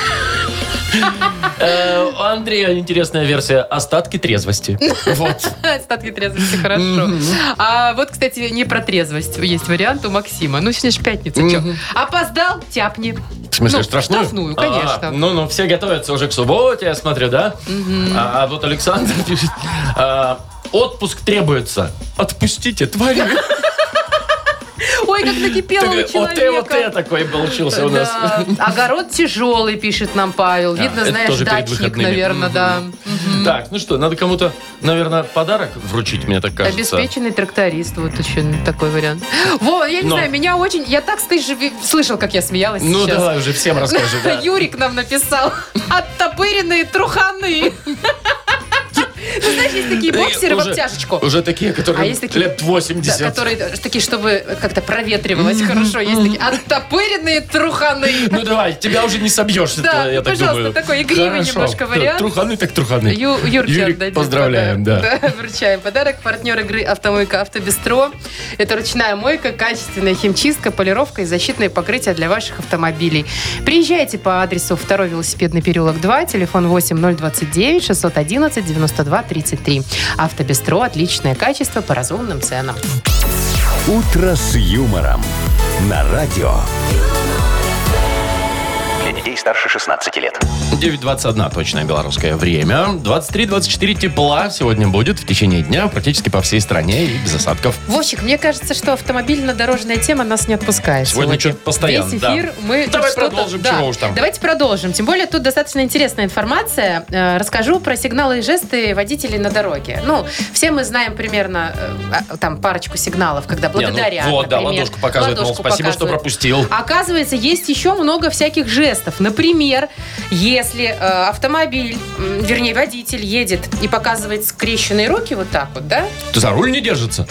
Э, У Андрея интересная версия «Остатки трезвости». Вот. Остатки трезвости, хорошо. А вот, кстати, не про трезвость. Есть вариант у Максима. Ну, сегодня же пятница. чё? Опоздал, тяпни. В смысле, Ну, штрафную? штрафную, конечно. А, ну, ну, все готовятся уже к субботе, я смотрю, да? А, а вот Александр пишет, а, отпуск требуется. Отпустите, твари. Ой, как накипело у ОТ, человека. ОТ такой получился у нас. Да. Огород тяжелый, пишет нам Павел. Видно, это знаешь, тоже перед дачник, выходными. наверное, да. Так, ну что, надо кому-то, наверное, подарок вручить, мне так кажется. Обеспеченный тракторист, вот еще такой вариант. Вова, я не Но. знаю, меня очень... Я так, ты же слышал, как я смеялась Ну сейчас. давай уже всем расскажи, да. Юрик нам написал. Оттопыренные труханы. Ну, знаешь, есть такие боксеры в Уже- обтяжечку. Уже такие, А которые есть такие, лет да, восемьдесят. которые такие, чтобы как-то проветривалось хорошо. Есть такие оттопыренные труханы. Ну давай, тебя уже не собьешь, Да, это, я ну, так пожалуйста, думаю. такой игривый Хорошо. немножко Да, вариант. Труханы так труханы. Ю, Юрке Юрик, отдадим поздравляем, подарок. да. Вручаем подарок. Партнер игры «Автомойка Автобестро». Это ручная мойка, качественная химчистка, полировка и защитные покрытия для ваших автомобилей. Приезжайте по адресу второй велосипедный переулок два, телефон восемь ноль двадцать девять шестьсот одиннадцать девяносто два тридцать три. Автобестро. Отличное качество по разумным ценам. «Утро с юмором». На радио Для детей детей старше шестнадцати лет. девять двадцать один точное белорусское время. двадцать три двадцать четыре тепла сегодня будет в течение дня практически по всей стране и без осадков. Вовчик, мне кажется, что автомобильно-дорожная тема нас не отпускает. Сегодня что-то постоянно, Весь да. эфир мы Давай что-то- продолжим, да. чего уж там. Давайте продолжим. Тем более тут достаточно интересная информация. Э, Расскажу про сигналы и жесты водителей на дороге. Ну, все мы знаем примерно э, а, там парочку сигналов, когда Не, ну, благодарят, вот, да, например. ладошку показывает, мол, Ладошку спасибо, что показывает. пропустил. Оказывается, есть еще много всяких жестов. Например, если э, автомобиль, м, вернее, водитель едет и показывает скрещенные руки вот так вот, да? Ты за руль не держится?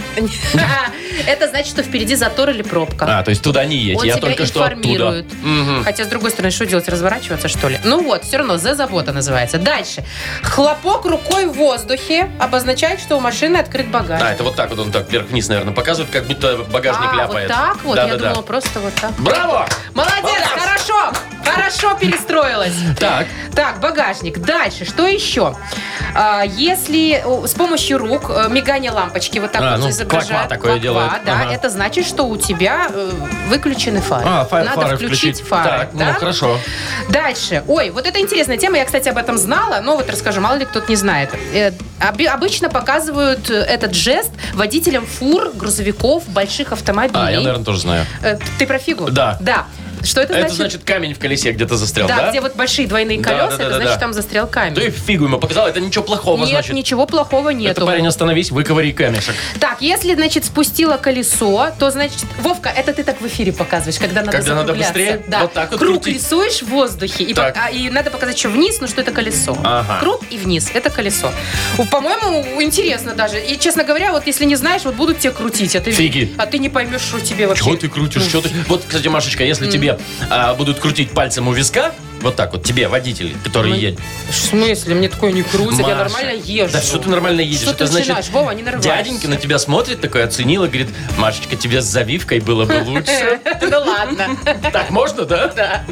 Это значит, что впереди затор или пробка. А, то есть туда не едь, Он я тебя только что оттуда. информирует. Мгм. Хотя, с другой стороны, что делать? Разворачиваться, что ли? Ну вот, все равно, за-забота называется. Дальше. Хлопок рукой в воздухе обозначает, что у машины открыт багажник. А, это вот так вот он так вверх-вниз, наверное, показывает, как будто багажник А, ляпает. вот так вот? Да, Я да, думала, да. просто вот так. Браво! Молодец, Молодец! хорошо, хорошо перестроилась. Так. Так, багажник. Дальше, что еще? А, если о, с помощью рук э, мигание лампочки вот так А, вот ну, изображает. ква-ква такое делает. Да, Ага. это значит, что у тебя э, выключены фары. А, фа- Надо фары включить, включить. фары. Так, ну, да? хорошо. Дальше. Ой, вот это интересная тема. Я, кстати, об этом знала, но вот расскажу, мало ли кто-то не знает. Э, оби- обычно показывают э, этот жест водителям фур, грузовиков, больших автомобилей. А, я, наверное, тоже знаю. Э, Ты про фигу? Да. Да. Что это, Это значит? значит камень в колесе где-то застрял, Да, да? где вот большие двойные Да, колеса, да, да, это да, значит, да. там застрял камень. Ты фигу ему показал, это ничего плохого, Нет, значит. ничего плохого Это, нету. парень, остановись, выковыри камешек. Так, если, значит, спустила колесо, то, значит, Вовка, это ты так в эфире показываешь, когда надо Когда надо закругляться. быстрее? Да. Вот так вот Круг крутить? рисуешь в воздухе, и, Так. пок- а, и надо показать, что вниз, ну что это колесо. Ага. Круг и вниз, это колесо. У, По-моему, интересно даже. И, честно говоря, вот если не знаешь, вот будут тебе крутить. А ты, Фиги. А ты не поймешь, что тебе вообще... Чего ты крутишь? Ну, Что ты? Вот, кстати, Машечка, если тебе а, будут крутить пальцем у виска, вот так вот, тебе, водитель, который Ну, едет. В смысле? Мне такое не крутит, я Маша, нормально езжу. Да что ты нормально едешь? Что ты Это значит, начинаешь, Вова, не нарывайся. дяденька на тебя смотрит, такой оценил и говорит, Машечка, тебе с завивкой было бы лучше. Ну ладно. Так можно, да? Да.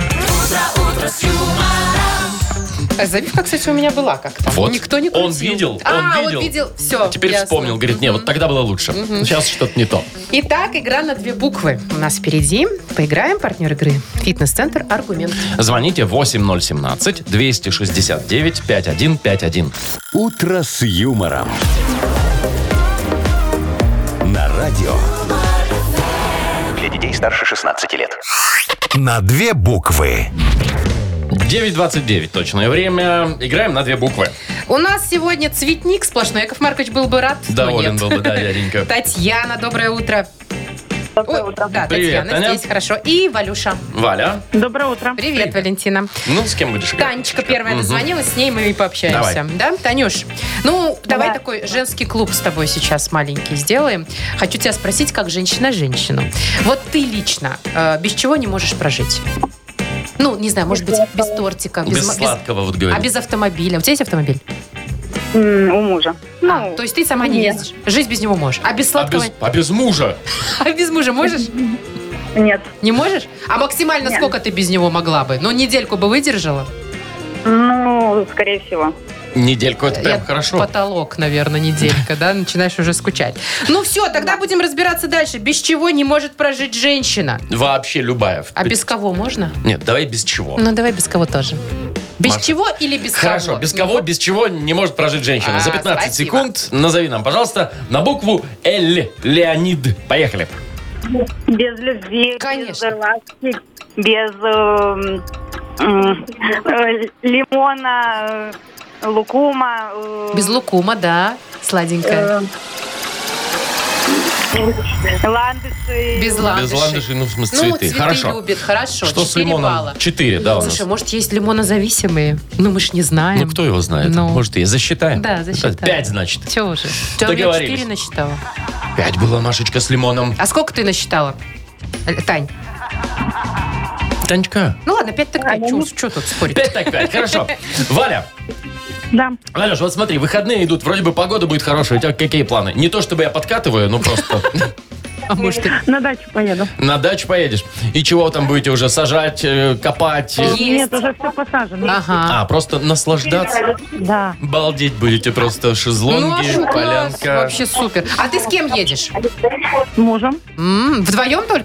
А завивка, кстати, у меня была как-то. Вот. Никто не крутил. Он видел, а, он видел. вот видел. Все. Теперь вспомнил, говорит, не, вот тогда было лучше. Сейчас что-то не то. Итак, игра на две буквы у нас впереди. Поиграем, партнер игры. Фитнес-центр «Аргумент». Звоните восемь ноль семнадцать двести шестьдесят девять пятьдесят один пятьдесят один. «Утро с юмором». На радио. Для детей старше шестнадцати лет. На две буквы. девять двадцать девять точное время. Играем на две буквы. У нас сегодня цветник сплошной. Яков Маркович был бы рад, но Доволен нет. был бы, да, дяденька. Татьяна, доброе утро. Доброе Ой, утро. Да, Привет, Татьяна Таня. здесь, хорошо. И Валюша. Валя, Доброе утро. Привет, Валентина. ну с кем будешь играть? Танечка первая Мгм. дозвонилась, с ней мы и пообщаемся. Давай. Да, Танюш? Ну, давай Да. такой женский клуб с тобой сейчас маленький сделаем. Хочу тебя спросить, как женщина женщину. Вот ты лично э, без чего не можешь прожить? Ну, не знаю, может быть, без тортика, Без ма- сладкого, вот а говорю. без автомобиля. У тебя есть автомобиль? М, У мужа. А, Ну, то есть ты сама не нет. ездишь? Жить без него можешь. А без А сладкого? без, а без мужа? А без мужа можешь? нет. Не можешь? А максимально Нет. сколько ты без него могла бы? Ну, недельку бы выдержала? Ну, скорее всего. Недельку, это прям Я- хорошо. Потолок, наверное, неделька, да? Начинаешь уже скучать. Ну все, тогда будем разбираться дальше. Без чего не может прожить женщина? Вообще любая. А без кого можно? Нет, давай без чего. Ну давай без кого тоже. Без Маша. чего или без Хорошо, кого? без кого, без чего не может прожить женщина. А, За пятнадцать спасибо. секунд назови нам, пожалуйста, на букву Л. Леонид. Поехали. Без любви, Конечно. без ласки, без эм, м, э, лимона, э, лукума. э, Без лукума, да, сладенькая. э, ландыши. Без ландышей. Без ландышей, ну, в смысле, Ну, цветы. цветы Хорошо. любит, хорошо. Что с Четыре лимоном? балла. Четыре, да, у нас. Слушай, может, есть лимонозависимые? Ну, мы ж не знаем. Ну, кто его знает? Ну. Может, и засчитаем? Да, засчитаем. Пять, значит. Чего уже? Что, я Договорились. четыре насчитала. Пять была Машечка с лимоном. А сколько ты насчитала? Э, Тань. Танечка. Ну ладно, пять так пять. Что тут спорить? Пять так пять, хорошо. Валя. Да. Валюш, вот смотри, выходные идут, вроде бы погода будет хорошая, у тебя какие планы? Не то, чтобы я подкатываю, ну просто А может, и- На дачу поеду. на дачу поедешь. И чего там будете уже сажать, э, копать? Есть. Нет, уже все посажено. Ага. А, просто наслаждаться? Да. Балдеть будете просто. Ну, а Шезлонги, шо, класс, полянка. вообще супер. А ты с кем едешь? С мужем. М, Вдвоем только?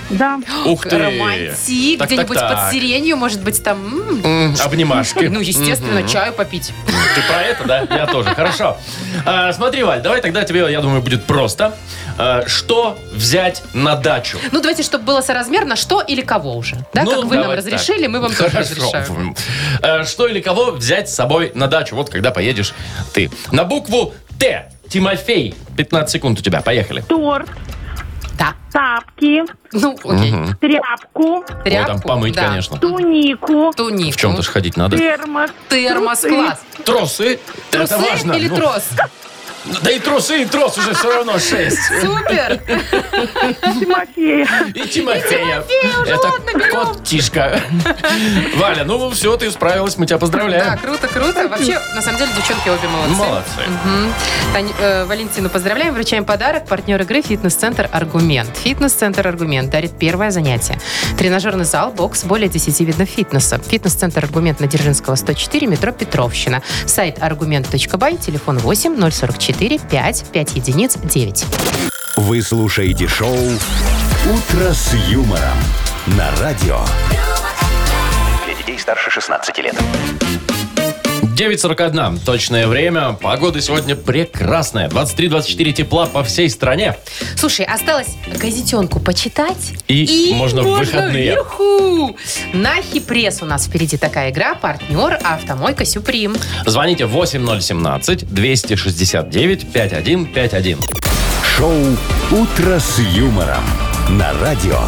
Да. Ух ты. Романтик. Так, Где-нибудь так, под так. сиренью, может быть, там... м, М, Обнимашки. Ну, естественно, чаю попить. Ты про это, да? Я тоже. Хорошо. А, смотри, Валь, давай тогда тебе, я думаю, будет просто. А, что взять на дачу? Ну, давайте, чтобы было соразмерно, что или кого уже. Да, Ну, как вы нам давай разрешили, так. мы вам тоже Хорошо. разрешаем. А, что или кого взять с собой на дачу? Вот когда поедешь ты. На букву Т. Тимофей. пятнадцать секунд у тебя. Поехали. Торт, Да. тапки, Ну, окей. тряпку, Тряпку, О, там помыть, да. конечно. тунику, Тунику. В чем-то ж ходить надо. термос, Термос, трусы. класс. Тросы. Это Трусы важно. или Ну, трос? Да и трусы, и трос уже все равно шесть. Супер. Тимофея. И Тимофея. Это кот Тишка. Валя, ну все, ты справилась, мы тебя Да, поздравляем. круто, круто. Вообще, на самом деле, девчонки обе молодцы. Молодцы. Мгм. Тань- э, Валентину поздравляем, вручаем подарок. Партнер игры «Фитнес-центр Аргумент». «Фитнес-центр Аргумент» дарит первое занятие. Тренажерный зал, бокс, более десяти видов фитнеса. «Фитнес-центр Аргумент» на Дзержинского, сто четыре, метро Петровщина. Сайт аргумент точка бай, телефон восемь ноль сорок четыре пять пять единиц девять. Вы слушаете шоу «Утро с юмором» на радио. Для детей старше шестнадцати лет. девять сорок один. Точное время. Погода сегодня прекрасная. двадцать три двадцать четыре тепла по всей стране. Слушай, осталось газетенку почитать. И можно в выходные. Юху! На Хипресс у нас впереди такая игра. Партнер «Автомойка Сюприм». Звоните восемь ноль один семь двести шестьдесят девять пятьдесят один пятьдесят один. Шоу «Утро с юмором» на радио.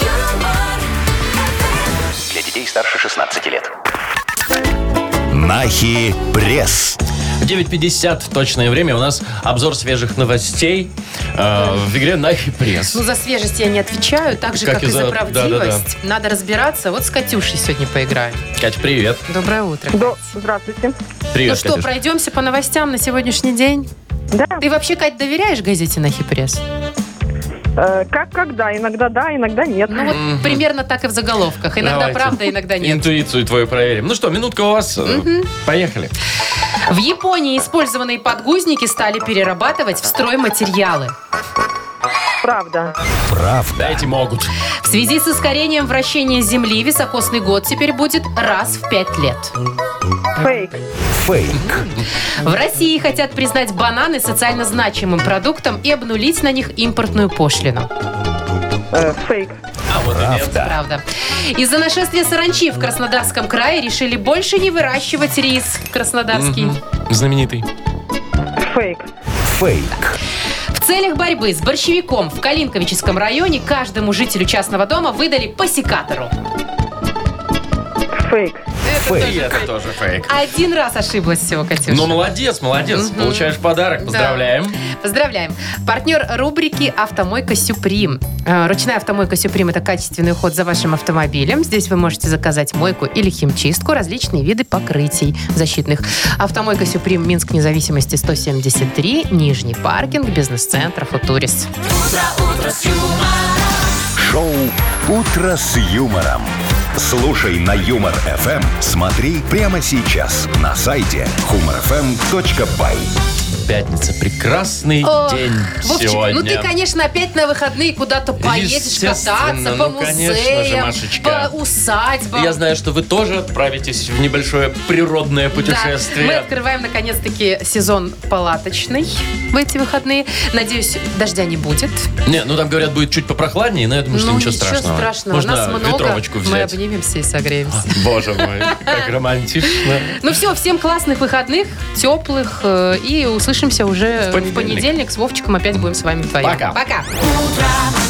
Для детей старше шестнадцати лет. Нахи пресс. девять пятьдесят. Точное время. У нас обзор свежих новостей э, в игре «Нахи пресс». Ну, за свежесть я не отвечаю, так же, Как как, и и за за- правдивость. да-да-да. Надо разбираться. Вот с Катюшей сегодня поиграем. Кать, привет. Доброе утро. Да, здравствуйте. Привет, Ну что, Катюш. пройдемся по новостям на сегодняшний день? Да, Ты вообще, Кать, доверяешь газете «Нахи пресс»? э, как когда? Иногда да, иногда нет. Ну вот примерно так и в заголовках. Иногда Давайте. правда, иногда нет. Интуицию твою проверим. Ну что, минутка у вас. Э, Поехали. В Японии использованные подгузники стали перерабатывать в стройматериалы. Правда. Правда. Дайте могут. В связи с ускорением вращения Земли високосный год теперь будет раз в пять лет. Фейк. Фейк. В России хотят признать бананы социально значимым продуктом и обнулить на них импортную пошлину. Э, фейк. А вот и нет. Правда. Из-за нашествия саранчи в Краснодарском крае решили больше не выращивать рис краснодарский. Знаменитый. Фейк. Фейк. В целях борьбы с борщевиком в Калинковическом районе каждому жителю частного дома выдали по секатору. Фейк. И это тоже фейк. Один раз ошиблась всего, Катюша. Ну, молодец, молодец. Получаешь подарок. Поздравляем. Поздравляем. Партнер рубрики «Автомойка Сюприм». Э, Ручная автомойка Сюприм – это качественный уход за вашим автомобилем. Здесь вы можете заказать мойку или химчистку, различные виды покрытий защитных. Автомойка Сюприм, Минск, независимости сто семьдесят три, Нижний паркинг, бизнес-центр «Футурис». Шоу «Утро с юмором». Слушай на Юмор эф эм. Смотри прямо сейчас на сайте humor f m точка by. Пятница. Прекрасный О, день Вовчик, сегодня. ну ты, конечно, опять на выходные куда-то поедешь Естественно, кататься по ну, конечно же, музеям, Машечка. по усадьбам. Я знаю, что вы тоже отправитесь в небольшое природное Да, путешествие. мы открываем, наконец-таки, сезон палаточный в эти выходные. Надеюсь, дождя не будет. Не, ну там, говорят, будет чуть попрохладнее, но я думаю, что Ну, ничего страшного. страшного. Можно Нас много. ветровочку Мы взять. обнимемся и согреемся. Боже мой, как романтично. Ну все, всем классных выходных, теплых. э, И услышимся уже в понедельник. понедельник. С Вовчиком опять будем с вами вдвоем. Пока. Пока. Утро